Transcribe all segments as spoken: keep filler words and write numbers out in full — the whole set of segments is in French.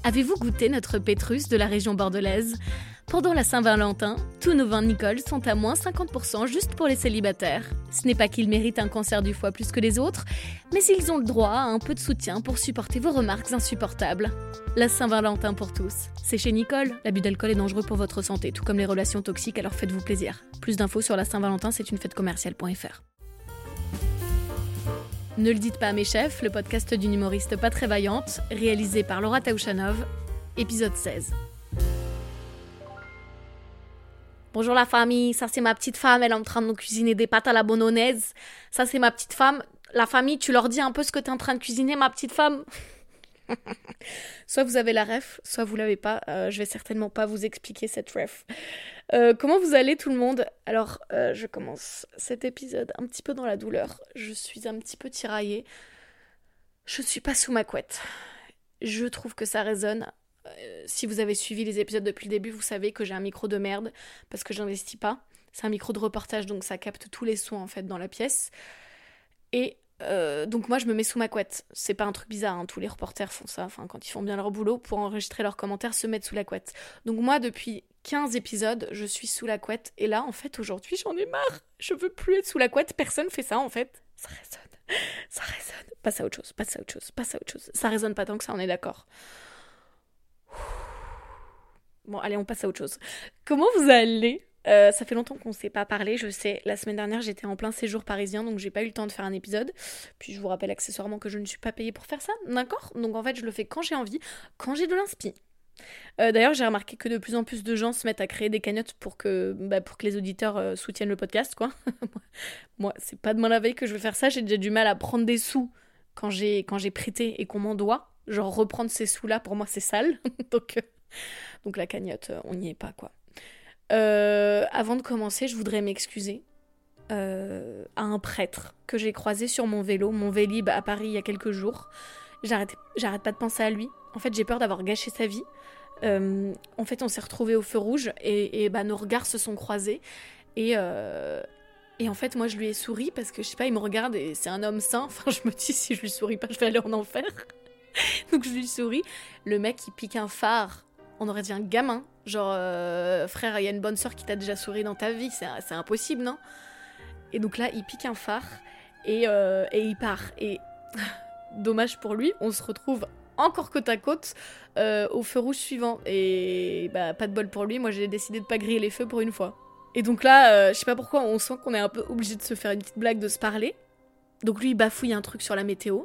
Avez-vous goûté notre pétrus de la région bordelaise ? Pendant la Saint-Valentin, tous nos vins Nicole sont à moins cinquante pour cent juste pour les célibataires. Ce n'est pas qu'ils méritent un cancer du foie plus que les autres, mais ils ont le droit à un peu de soutien pour supporter vos remarques insupportables. La Saint-Valentin pour tous, c'est chez Nicole. L'abus d'alcool est dangereux pour votre santé, tout comme les relations toxiques, alors faites-vous plaisir. Plus d'infos sur la Saint-Valentin, c'est une fête commerciale point f r. Ne le dites pas à mes chefs, le podcast d'une humoriste pas très vaillante, réalisé par Laura Taouchanov, épisode seize. Bonjour la famille, ça c'est ma petite femme, elle est en train de nous cuisiner des pâtes à la bolognaise. Ça c'est ma petite femme. La famille, tu leur dis un peu ce que t'es en train de cuisiner, ma petite femme. Soit vous avez la ref, soit vous l'avez pas. Euh, je vais certainement pas vous expliquer cette ref. Euh, comment vous allez tout le monde ? Alors, euh, je commence cet épisode un petit peu dans la douleur. Je suis un petit peu tiraillée. Je suis pas sous ma couette. Je trouve que ça résonne. Euh, si vous avez suivi les épisodes depuis le début, vous savez que j'ai un micro de merde parce que j'investis pas. C'est un micro de reportage, donc ça capte tous les sons en fait dans la pièce. Et Euh, donc moi je me mets sous ma couette. C'est pas un truc bizarre, hein. Tous les reporters font ça, enfin quand ils font bien leur boulot, pour enregistrer leurs commentaires, se mettre sous la couette. Donc moi depuis quinze épisodes, je suis sous la couette, et là en fait aujourd'hui j'en ai marre. Je veux plus être sous la couette, personne fait ça en fait. Ça résonne, ça résonne. Passe à autre chose, passe à autre chose, passe à autre chose. Ça résonne pas tant que ça, on est d'accord. Bon allez, on passe à autre chose. Comment vous allez ? Euh, ça fait longtemps qu'on ne s'est pas parlé, je sais. La semaine dernière, j'étais en plein séjour parisien, donc j'ai pas eu le temps de faire un épisode. Puis je vous rappelle accessoirement que je ne suis pas payée pour faire ça, d'accord ? Donc en fait, je le fais quand j'ai envie, quand j'ai de l'inspi. Euh, d'ailleurs, j'ai remarqué que de plus en plus de gens se mettent à créer des cagnottes pour que, bah, pour que les auditeurs euh, soutiennent le podcast, quoi. Moi, c'est pas demain la veille que je vais faire ça. J'ai déjà du mal à prendre des sous quand j'ai, quand j'ai prêté et qu'on m'en doit. Genre, reprendre ces sous-là, pour moi, c'est sale. donc, euh, donc la cagnotte, euh, on n'y est pas, quoi. Euh, avant de commencer, je voudrais m'excuser euh, à un prêtre que j'ai croisé sur mon vélo, mon Vélib à Paris il y a quelques jours. J'arrête, j'arrête pas de penser à lui. En fait, j'ai peur d'avoir gâché sa vie. Euh, en fait, on s'est retrouvés au feu rouge et, et bah, nos regards se sont croisés. Et, euh, et en fait, moi, je lui ai souri parce que, je sais pas, il me regarde et c'est un homme sain. Enfin, je me dis, si je lui souris pas, je vais aller en enfer. Donc, je lui souris. Le mec, il pique un phare. On aurait dit un gamin. Genre, euh, frère, il y a une bonne sœur qui t'a déjà souri dans ta vie. C'est, c'est impossible, non ? Et donc là, il pique un phare et, euh, et il part. Et dommage pour lui, on se retrouve encore côte à côte euh, au feu rouge suivant. Et bah, pas de bol pour lui, moi j'ai décidé de pas griller les feux pour une fois. Et donc là, euh, je sais pas pourquoi, on sent qu'on est un peu obligé de se faire une petite blague, de se parler. Donc lui, il bafouille un truc sur la météo.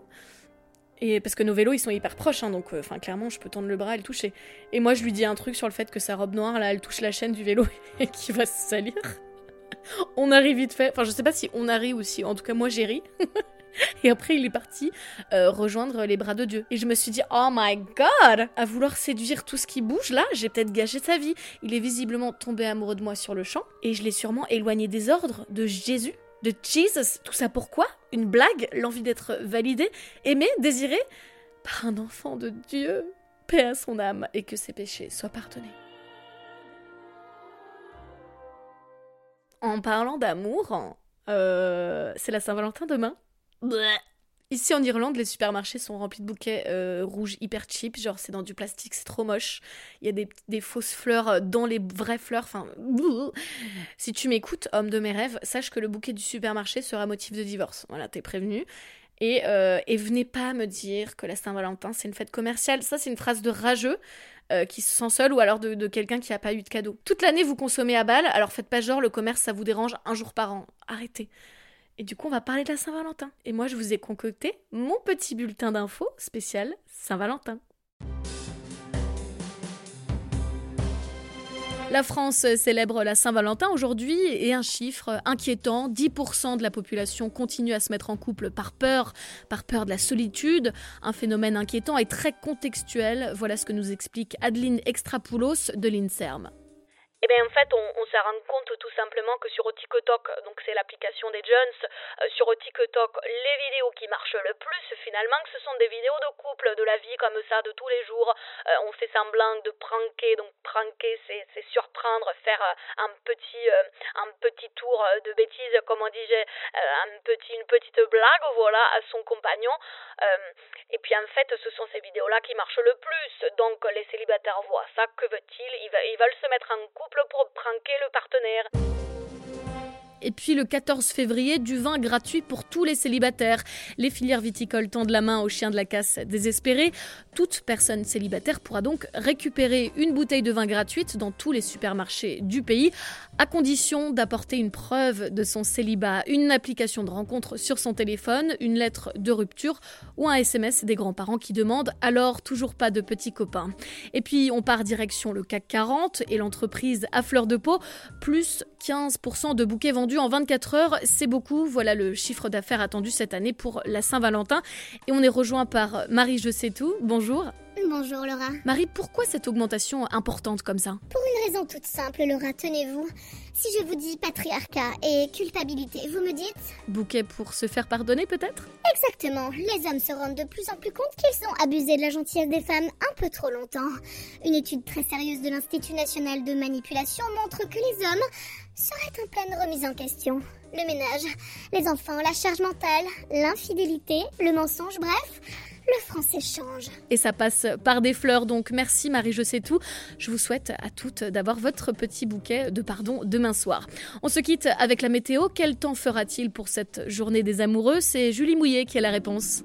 Et parce que nos vélos, ils sont hyper proches, hein, donc enfin euh, clairement, je peux tendre le bras et le toucher. Et moi, je lui dis un truc sur le fait que sa robe noire, là, elle touche la chaîne du vélo et qu'il va se salir. On a ri vite fait. Enfin, je sais pas si on a ri ou si... En tout cas, moi, j'ai ri. Et après, il est parti euh, rejoindre les bras de Dieu. Et je me suis dit, oh my god, à vouloir séduire tout ce qui bouge, là, j'ai peut-être gâché sa vie. Il est visiblement tombé amoureux de moi sur le champ. Et je l'ai sûrement éloigné des ordres de Jésus. De Jesus, tout ça pourquoi ? Une blague, l'envie d'être validé, aimé, désiré par un enfant de Dieu. Paix à son âme et que ses péchés soient pardonnés. En parlant d'amour, euh, c'est la Saint-Valentin demain. Bleh. Ici en Irlande, les supermarchés sont remplis de bouquets euh, rouges hyper cheap, genre c'est dans du plastique, c'est trop moche. Il y a des, des fausses fleurs dans les vraies fleurs, enfin... Si tu m'écoutes, homme de mes rêves, sache que le bouquet du supermarché sera motif de divorce. Voilà, t'es prévenu. Et, euh, et venez pas me dire que la Saint-Valentin, c'est une fête commerciale. Ça, c'est une phrase de rageux euh, qui se sent seul ou alors de, de quelqu'un qui a pas eu de cadeau. Toute l'année, vous consommez à balle, alors faites pas genre le commerce, ça vous dérange un jour par an. Arrêtez. Et du coup, on va parler de la Saint-Valentin. Et moi, je vous ai concocté mon petit bulletin d'infos spécial Saint-Valentin. La France célèbre la Saint-Valentin aujourd'hui et un chiffre inquiétant, dix pour cent de la population continue à se mettre en couple par peur, par peur de la solitude, un phénomène inquiétant et très contextuel. Voilà ce que nous explique Adeline Extrapoulos de l'INSERM. Eh bien, en fait, on, on s'est rendu compte tout simplement que sur TikTok, donc c'est l'application des jeunes, euh, sur TikTok, les vidéos qui marchent le plus, finalement, ce sont des vidéos de couple, de la vie comme ça, de tous les jours. Euh, on fait semblant de pranker, donc pranker, c'est, c'est surprendre, faire euh, un petit, euh, un petit tour de bêtises, comme on disait, euh, un petit, une petite blague, voilà, à son compagnon. Euh, et puis, en fait, ce sont ces vidéos-là qui marchent le plus. Donc, les célibataires voient ça. Que veulent-ils ? Ils, ils veulent se mettre en couple pour pranker le partenaire. Et puis le quatorze février, du vin gratuit pour tous les célibataires. Les filières viticoles tendent la main aux chiens de la casse désespérés. Toute personne célibataire pourra donc récupérer une bouteille de vin gratuite dans tous les supermarchés du pays, à condition d'apporter une preuve de son célibat, une application de rencontre sur son téléphone, une lettre de rupture ou un S M S des grands-parents qui demandent « alors toujours pas de petits copains ». Et puis on part direction le C A C quarante et l'entreprise à fleur de peau, plus quinze pour cent de bouquets vendus en vingt-quatre heures, c'est beaucoup. Voilà le chiffre d'affaires attendu cette année pour la Saint-Valentin. Et on est rejoint par Marie Je sais tout. Bonjour. Bonjour Laura. Marie, pourquoi cette augmentation importante comme ça ? Pour une raison toute simple, Laura, tenez-vous. Si je vous dis patriarcat et culpabilité, vous me dites ? Bouquet pour se faire pardonner peut-être ? Exactement. Les hommes se rendent de plus en plus compte qu'ils ont abusé de la gentillesse des femmes un peu trop longtemps. Une étude très sérieuse de l'Institut national de manipulation montre que les hommes seraient en pleine remise en question. Le ménage, les enfants, la charge mentale, l'infidélité, le mensonge, bref... Le français change. Et ça passe par des fleurs, donc merci Marie Je sais tout. Je vous souhaite à toutes d'avoir votre petit bouquet de pardon demain soir. On se quitte avec la météo. Quel temps fera-t-il pour cette journée des amoureux ? C'est Julie Mouillet qui a la réponse.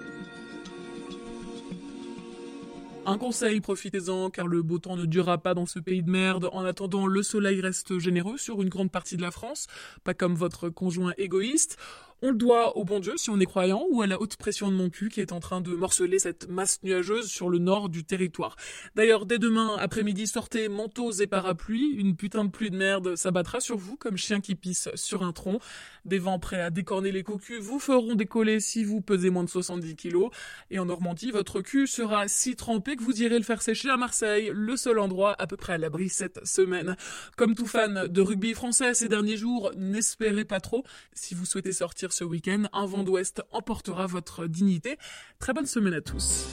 Un conseil, profitez-en, car le beau temps ne durera pas dans ce pays de merde. En attendant, le soleil reste généreux sur une grande partie de la France, pas comme votre conjoint égoïste. On le doit au bon Dieu, si on est croyant, ou à la haute pression de mon cul qui est en train de morceler cette masse nuageuse sur le nord du territoire. D'ailleurs, dès demain après-midi, sortez manteaux et parapluies. Une putain de pluie de merde s'abattra sur vous comme chien qui pisse sur un tronc. Des vents prêts à décorner les cocus vous feront décoller si vous pesez moins de soixante-dix kilos. Et en Normandie, votre cul sera si trempé que vous irez le faire sécher à Marseille, le seul endroit à peu près à l'abri cette semaine. Comme tout fan de rugby français ces derniers jours, n'espérez pas trop. Si vous souhaitez sortir ce week-end, un vent d'ouest emportera votre dignité. Très bonne semaine à tous.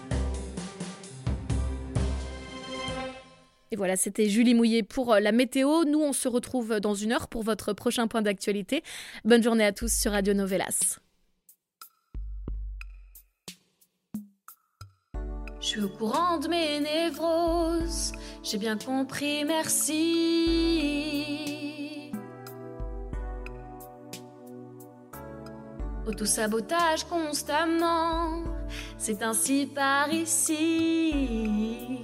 Et voilà, c'était Julie Mouillet pour la météo. Nous, on se retrouve dans une heure pour votre prochain point d'actualité. Bonne journée à tous sur Radio Novelas. Je suis au courant de mes névroses, j'ai bien compris, merci. Autosabotage constamment, c'est ainsi par ici.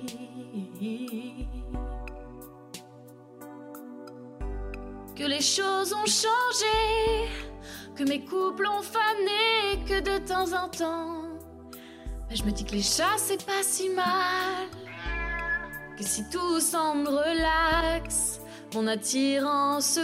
Que les choses ont changé, que mes couples ont fané, que de temps en temps, ben je me dis que les chats c'est pas si mal. Que si tout semble relax, mon attirance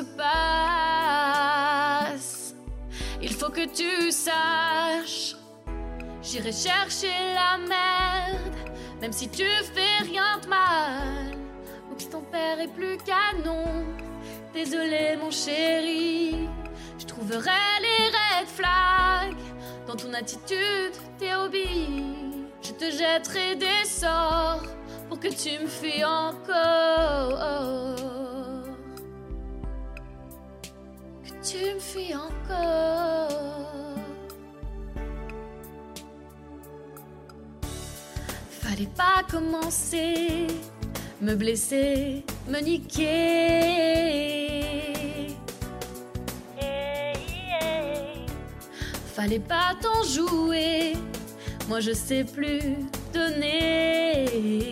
passe. Il faut que tu saches, j'irai chercher la merde, même si tu fais rien de mal, ou que ton père est plus canon. Désolé mon chéri, je trouverai les red flags dans ton attitude, tes hobbies. Je te jetterai des sorts pour que tu me fuis encore. Que tu me fuis encore. Fallait pas commencer, me blesser, me niquer. Fallait pas t'en jouer, moi je sais plus donner.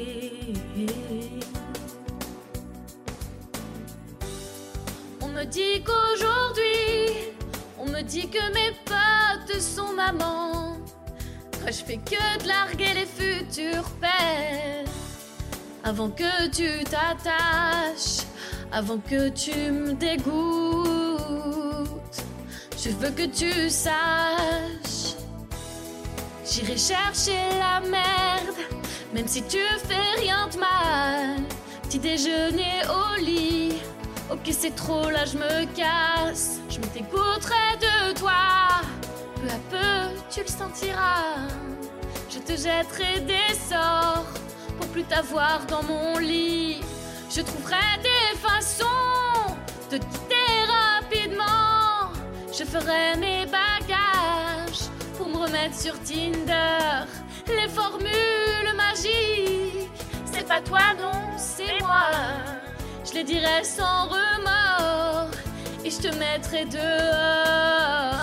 On me dit qu'aujourd'hui, on me dit que mes potes sont mamans. Moi je fais que de larguer les futurs pères. Avant que tu t'attaches, avant que tu me dégoûtes, je veux que tu saches, j'irai chercher la merde, même si tu fais rien de mal. Petit déjeuner au lit. Ok, c'est trop, là je me casse. Je me dégoûterai de toi. Peu à peu, tu le sentiras. Je te jetterai des sorts pour plus t'avoir dans mon lit. Je trouverai des façons de te quitter rapidement. Je ferai mes bagages pour me remettre sur Tinder. Les formules magiques, c'est pas toi, non, c'est moi. Je les dirai sans remords et je te mettrai dehors.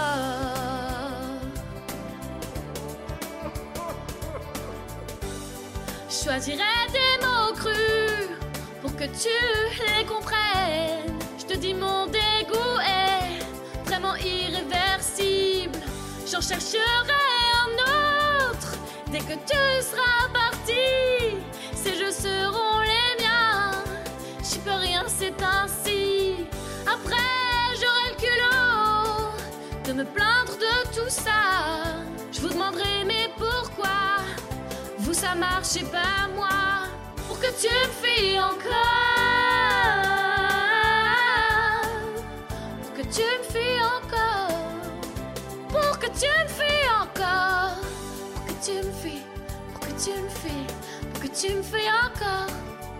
Je choisirai des mots crus pour que tu les comprennes. Je te dis mon dégoût est vraiment irréversible. J'en chercherai un autre dès que tu seras parti. Ces jeux seront les miens. J'y peux rien, c'est ainsi. Après, j'aurai le culot de me plaindre de tout ça. Je vous demanderai mais pourquoi vous ça marche et pas moi. Pour que tu me fuis encore. Pour que tu me fuis encore. Pour que tu me fuis encore. Pour que tu me fuis. Pour que tu me fuis. Pour que tu me fuis encore.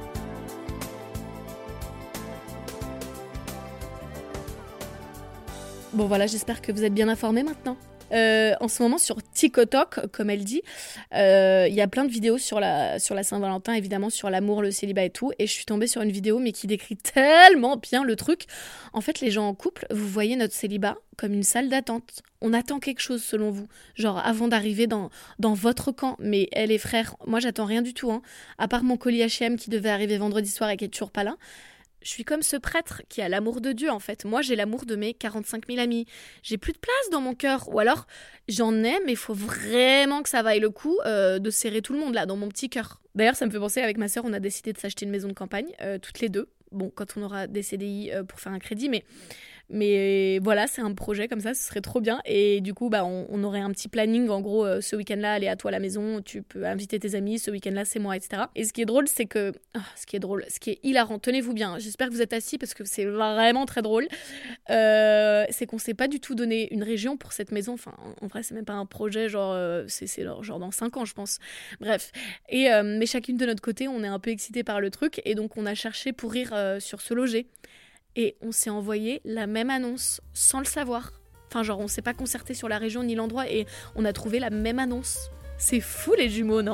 Bon voilà, j'espère que vous êtes bien informés maintenant. Euh, en ce moment sur TikTok, comme elle dit, il euh, y a plein de vidéos sur la, sur la Saint-Valentin, évidemment sur l'amour, le célibat et tout, et je suis tombée sur une vidéo mais qui décrit tellement bien le truc. En fait, les gens en couple, vous voyez notre célibat comme une salle d'attente. On attend quelque chose selon vous, genre avant d'arriver dans, dans votre camp. Mais elle et frères, moi j'attends rien du tout, hein. À part mon colis H et M qui devait arriver vendredi soir et qui est toujours pas là. Je suis comme ce prêtre qui a l'amour de Dieu en fait. Moi j'ai l'amour de mes quarante-cinq mille amis. J'ai plus de place dans mon cœur. Ou alors j'en ai mais il faut vraiment que ça vaille le coup euh, de serrer tout le monde là dans mon petit cœur. D'ailleurs ça me fait penser, avec ma sœur on a décidé de s'acheter une maison de campagne, euh, toutes les deux. Bon, quand on aura des C D I euh, pour faire un crédit, mais... Mais voilà, c'est un projet comme ça, ce serait trop bien. Et du coup, bah, on, on aurait un petit planning. En gros, euh, ce week-end-là, allez à toi à la maison, tu peux inviter tes amis. Ce week-end-là, c'est moi, et cetera. Et ce qui est drôle, c'est que... Oh, ce qui est drôle, ce qui est hilarant, tenez-vous bien. J'espère que vous êtes assis parce que c'est vraiment très drôle. Euh, c'est qu'on s'est pas du tout donné une région pour cette maison. Enfin, en vrai, c'est même pas un projet, genre... Euh, c'est, c'est genre dans cinq ans, je pense. Bref. Et, euh, mais chacune de notre côté, on est un peu excités par le truc. Et donc, on a cherché pour rire euh, sur se loger. Et on s'est envoyé la même annonce sans le savoir. Enfin, genre, on s'est pas concerté sur la région ni l'endroit et on a trouvé la même annonce. C'est fou, les jumeaux, non ?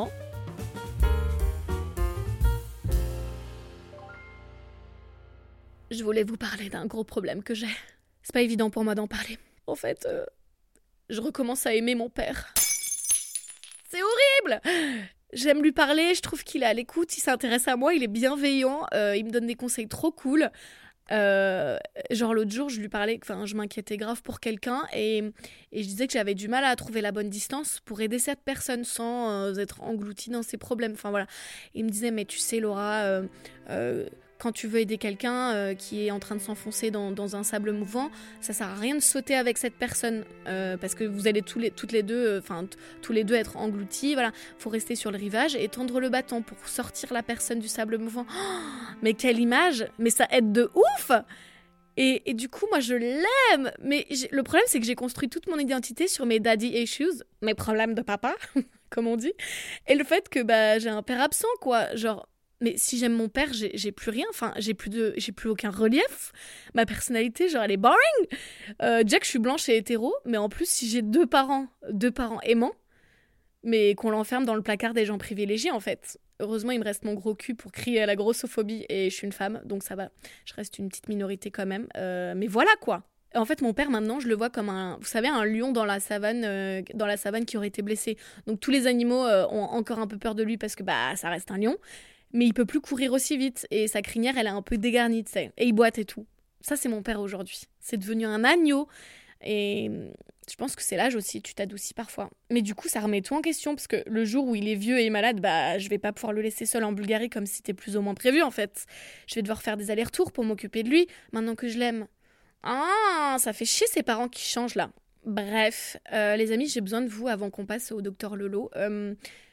Je voulais vous parler d'un gros problème que j'ai. C'est pas évident pour moi d'en parler. En fait, euh, je recommence à aimer mon père. C'est horrible ! J'aime lui parler, je trouve qu'il est à l'écoute, il s'intéresse à moi, il est bienveillant, euh, il me donne des conseils trop cool. Euh, genre l'autre jour je lui parlais, enfin je m'inquiétais grave pour quelqu'un et, et je disais que j'avais du mal à trouver la bonne distance pour aider cette personne sans euh, être engloutie dans ses problèmes, enfin voilà. Et il me disait mais tu sais Laura, euh, euh, quand tu veux aider quelqu'un euh, qui est en train de s'enfoncer dans, dans un sable mouvant, ça sert à rien de sauter avec cette personne euh, parce que vous allez tous les, toutes les deux, enfin euh, t- tous les deux être engloutis, voilà. Faut rester sur le rivage et tendre le bâton pour sortir la personne du sable mouvant. Oh, mais quelle image! Mais ça aide de ouf! Et, et du coup, moi, je l'aime. Mais le problème, c'est que j'ai construit toute mon identité sur mes daddy issues, mes problèmes de papa, comme on dit, et le fait que bah j'ai un père absent, quoi. Genre. Mais si j'aime mon père, j'ai, j'ai plus rien, enfin, j'ai plus de, j'ai plus aucun relief. Ma personnalité, genre, elle est boring. Euh, déjà que je suis blanche et hétéro, mais en plus, si j'ai deux parents, deux parents aimants, mais qu'on l'enferme dans le placard des gens privilégiés, en fait. Heureusement, il me reste mon gros cul pour crier à la grossophobie et je suis une femme, donc ça va. Je reste une petite minorité quand même. Euh, mais voilà, quoi. En fait, mon père, maintenant, je le vois comme un, vous savez, un lion dans la savane, euh, dans la savane qui aurait été blessé. Donc, tous les animaux euh, ont encore un peu peur de lui parce que, bah, ça reste un lion. Mais il peut plus courir aussi vite et sa crinière elle est un peu dégarnie, tu sais, et il boite et tout. Ça c'est mon père aujourd'hui. C'est devenu un agneau et je pense que c'est l'âge aussi, tu t'adoucis parfois. Mais du coup ça remet tout en question parce que le jour où il est vieux et malade, bah je vais pas pouvoir le laisser seul en Bulgarie comme c'était plus ou moins prévu en fait. Je vais devoir faire des allers-retours pour m'occuper de lui maintenant que je l'aime. Ah, ça fait chier ces parents qui changent là. Bref, euh, les amis, j'ai besoin de vous avant qu'on passe au docteur Lolo. Euh,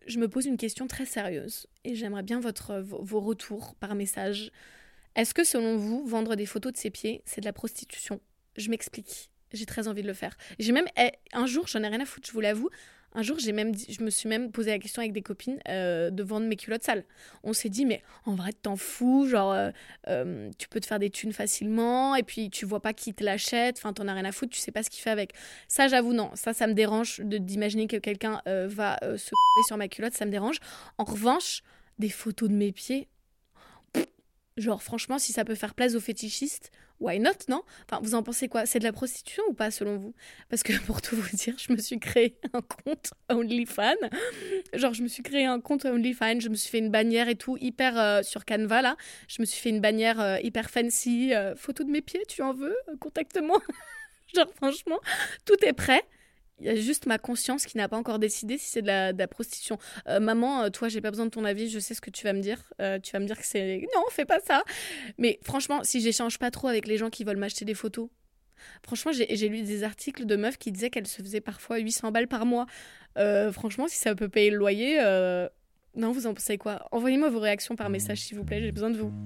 je me pose une question très sérieuse et j'aimerais bien votre, vos, vos retours par message. Est-ce que selon vous, vendre des photos de ses pieds, c'est de la prostitution ? Je m'explique. J'ai très envie de le faire. J'ai même, eh, un jour, j'en ai rien à foutre, je vous l'avoue, un jour, j'ai même dit, je me suis même posé la question avec des copines euh, de vendre mes culottes sales. On s'est dit, mais en vrai, t'en fous, genre, euh, euh, tu peux te faire des thunes facilement, et puis tu vois pas qui te l'achète, enfin, t'en as rien à foutre, tu sais pas ce qu'il fait avec. Ça, j'avoue, non, ça, ça me dérange de, d'imaginer que quelqu'un euh, va euh, se sur ma culotte, ça me dérange. En revanche, des photos de mes pieds, pff, genre, franchement, si ça peut faire plaisir aux fétichistes, why not, non ? Enfin, vous en pensez quoi ? C'est de la prostitution ou pas, selon vous ? Parce que, pour tout vous dire, je me suis créé un compte OnlyFans. Genre, je me suis créé un compte OnlyFans, je me suis fait une bannière et tout, hyper euh, sur Canva, là. Je me suis fait une bannière euh, hyper fancy. Euh, photo de mes pieds, tu en veux ? Contacte-moi. Genre, franchement, tout est prêt. Il y a juste ma conscience qui n'a pas encore décidé si c'est de la, de la prostitution. Euh, maman, euh, toi, j'ai pas besoin de ton avis, je sais ce que tu vas me dire. Euh, tu vas me dire que c'est... Non, fais pas ça. Mais franchement, si j'échange pas trop avec les gens qui veulent m'acheter des photos, franchement, j'ai, j'ai lu des articles de meufs qui disaient qu'elles se faisaient parfois huit cents balles par mois. Euh, franchement, si ça peut payer le loyer... Euh... Non, vous en pensez quoi ? Envoyez-moi vos réactions par message, s'il vous plaît, j'ai besoin de vous.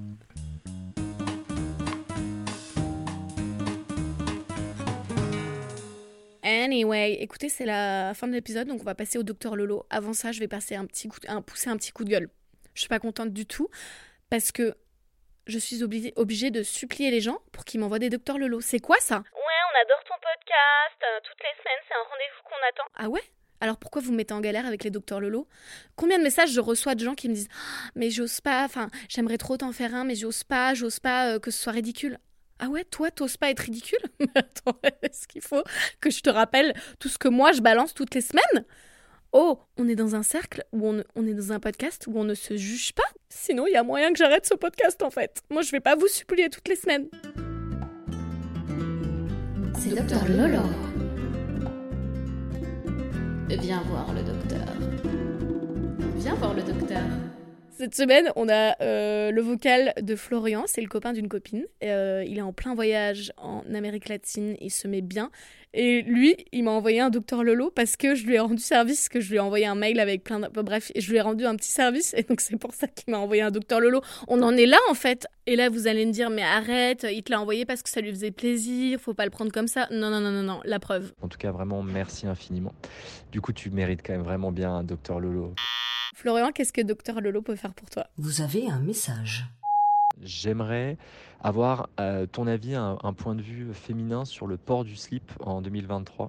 Anyway, écoutez, c'est la fin de l'épisode, donc on va passer au docteur Lolo. Avant ça, je vais passer un petit coup, un, pousser un petit coup de gueule. Je suis pas contente du tout, parce que je suis obligée, obligée de supplier les gens pour qu'ils m'envoient des docteurs Lolo. C'est quoi ça ? Ouais, on adore ton podcast. Euh, toutes les semaines, c'est un rendez-vous qu'on attend. Ah ouais ? Alors pourquoi vous me mettez en galère avec les docteurs Lolo ? Combien de messages je reçois de gens qui me disent oh, « Mais j'ose pas, enfin, j'aimerais trop t'en faire un, mais j'ose pas, j'ose pas euh, que ce soit ridicule. » Ah ouais, toi, t'oses pas être ridicule ? Attends, est-ce qu'il faut que je te rappelle tout ce que moi, je balance toutes les semaines ? Oh, on est dans un cercle où on, on est dans un podcast où on ne se juge pas ? Sinon, il y a moyen que j'arrête ce podcast, en fait. Moi, je vais pas vous supplier toutes les semaines. C'est docteur Lolo. Viens voir le docteur. Viens voir le docteur. Cette semaine, on a euh, le vocal de Florian, c'est le copain d'une copine. Euh, il est en plein voyage en Amérique latine, il se met bien. Et lui, il m'a envoyé un docteur Lolo parce que je lui ai rendu service, que je lui ai envoyé un mail avec plein de... Bref, je lui ai rendu un petit service et donc c'est pour ça qu'il m'a envoyé un docteur Lolo. On en est là en fait. Et là, vous allez me dire, mais arrête, il te l'a envoyé parce que ça lui faisait plaisir, faut pas le prendre comme ça. Non, non, non, non, non, la preuve. En tout cas, vraiment, merci infiniment. Du coup, tu mérites quand même vraiment bien un docteur Lolo. Florian, qu'est-ce que docteur Lolo peut faire pour toi ? Vous avez un message. J'aimerais avoir euh, ton avis, un, un point de vue féminin sur le port du slip en deux mille vingt-trois.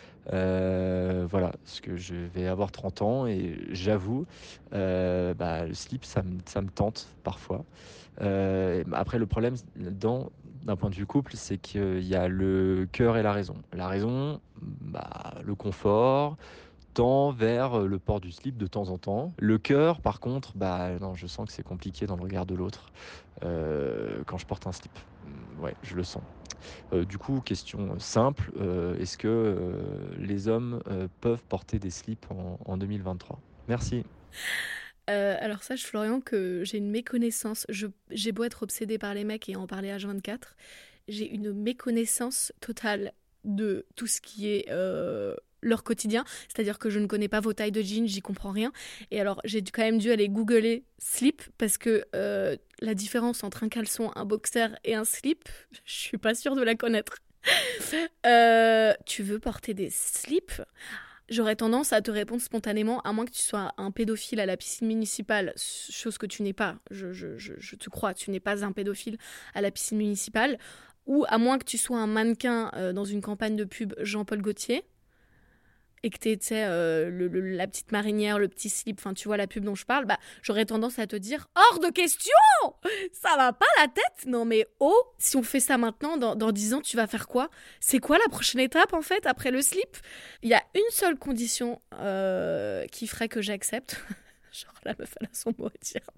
Euh, voilà, parce que je vais avoir trente ans et j'avoue, euh, bah, le slip, ça me, ça me tente parfois. Euh, après, le problème là-dedans, d'un point de vue couple, c'est qu'il y a le cœur et la raison. La raison, bah, le confort, tend vers le port du slip de temps en temps. Le cœur, par contre, bah non, je sens que c'est compliqué dans le regard de l'autre euh, quand je porte un slip. Ouais, je le sens. Euh, du coup, question simple, euh, est-ce que euh, les hommes euh, peuvent porter des slips en, en deux mille vingt-trois ? Merci. Euh, alors sache Florian que j'ai une méconnaissance, je, j'ai beau être obsédée par les mecs et en parler H vingt-quatre, j'ai une méconnaissance totale de tout ce qui est euh, leur quotidien, c'est-à-dire que je ne connais pas vos tailles de jeans, j'y comprends rien, et alors j'ai quand même dû aller googler slip, parce que euh, la différence entre un caleçon, un boxer et un slip, je suis pas sûre de la connaître. euh, tu veux porter des slips ? J'aurais tendance à te répondre spontanément, à moins que tu sois un pédophile à la piscine municipale, chose que tu n'es pas, je, je, je, je te crois, tu n'es pas un pédophile à la piscine municipale, ou à moins que tu sois un mannequin euh, dans une campagne de pub Jean-Paul Gaultier, et que tu aies euh, le, le, la petite marinière, le petit slip, enfin tu vois la pub dont je parle, bah j'aurais tendance à te dire « Hors de question ! Ça va pas la tête ! Non mais oh, si on fait ça maintenant, dans, dans dix ans, tu vas faire quoi ? C'est quoi la prochaine étape en fait, après le slip ?» Il y a une seule condition euh, qui ferait que j'accepte. Genre la meuf, elle a son mot à dire.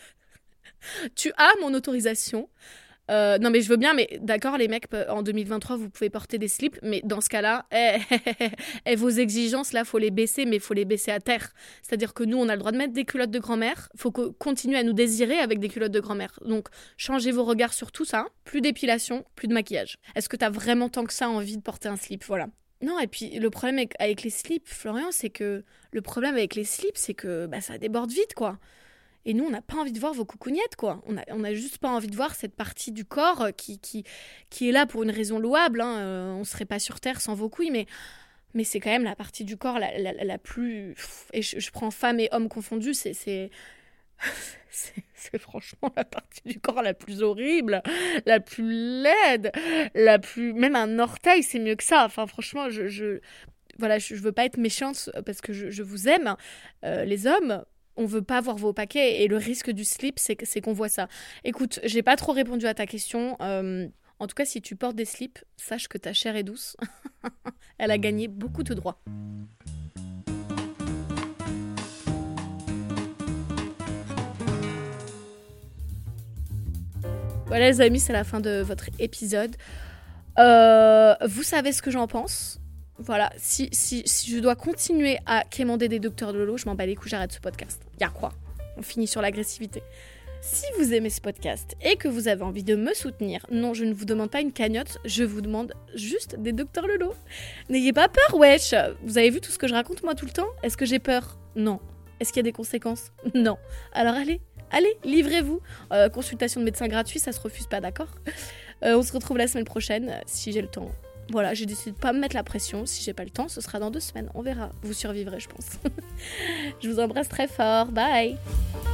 Tu as mon autorisation. Euh, non mais je veux bien, mais d'accord les mecs, en deux mille vingt-trois vous pouvez porter des slips, mais dans ce cas-là, eh, eh, eh, eh, vos exigences là faut les baisser, mais faut les baisser à terre. C'est-à-dire que nous on a le droit de mettre des culottes de grand-mère, faut que, continuer à nous désirer avec des culottes de grand-mère. Donc changez vos regards sur tout ça, plus d'épilation, plus de maquillage. Est-ce que t'as vraiment tant que ça envie de porter un slip ? Voilà. Non, et puis le problème avec, avec les slips, Florian, c'est que le problème avec les slips, c'est que bah, ça déborde vite, quoi. Et nous, on n'a pas envie de voir vos coucougnettes, quoi. On a, on a juste pas envie de voir cette partie du corps qui, qui, qui est là pour une raison louable. Hein. Euh, on serait pas sur Terre sans vos couilles, mais, mais c'est quand même la partie du corps la, la, la plus... Et je, je prends femmes et hommes confondus, c'est... c'est... C'est, c'est franchement la partie du corps la plus horrible, la plus laide, la plus... Même un orteil, c'est mieux que ça. Enfin, franchement, je... je... Voilà, je, je veux pas être méchante parce que je, je vous aime. Euh, les hommes, on veut pas voir vos paquets et le risque du slip, c'est, c'est qu'on voit ça. Écoute, j'ai pas trop répondu à ta question. Euh, en tout cas, si tu portes des slips, sache que ta chair est douce. Elle a gagné beaucoup de droits. Voilà les amis, c'est la fin de votre épisode. Euh, vous savez ce que j'en pense. Voilà, si, si, si je dois continuer à quémander des docteurs Lolo, je m'en bats les couilles, j'arrête ce podcast. Y'a quoi ? On finit sur l'agressivité. Si vous aimez ce podcast et que vous avez envie de me soutenir, non, je ne vous demande pas une cagnotte, je vous demande juste des docteurs Lolo. N'ayez pas peur, wesh. Vous avez vu tout ce que je raconte moi tout le temps ? Est-ce que j'ai peur ? Non. Est-ce qu'il y a des conséquences ? Non. Alors allez. Allez, livrez-vous. Euh, consultation de médecin gratuit, ça se refuse pas, d'accord ? euh, On se retrouve la semaine prochaine, si j'ai le temps. Voilà, j'ai décidé de pas me mettre la pression. Si j'ai pas le temps, ce sera dans deux semaines. On verra. Vous survivrez, je pense. Je vous embrasse très fort. Bye.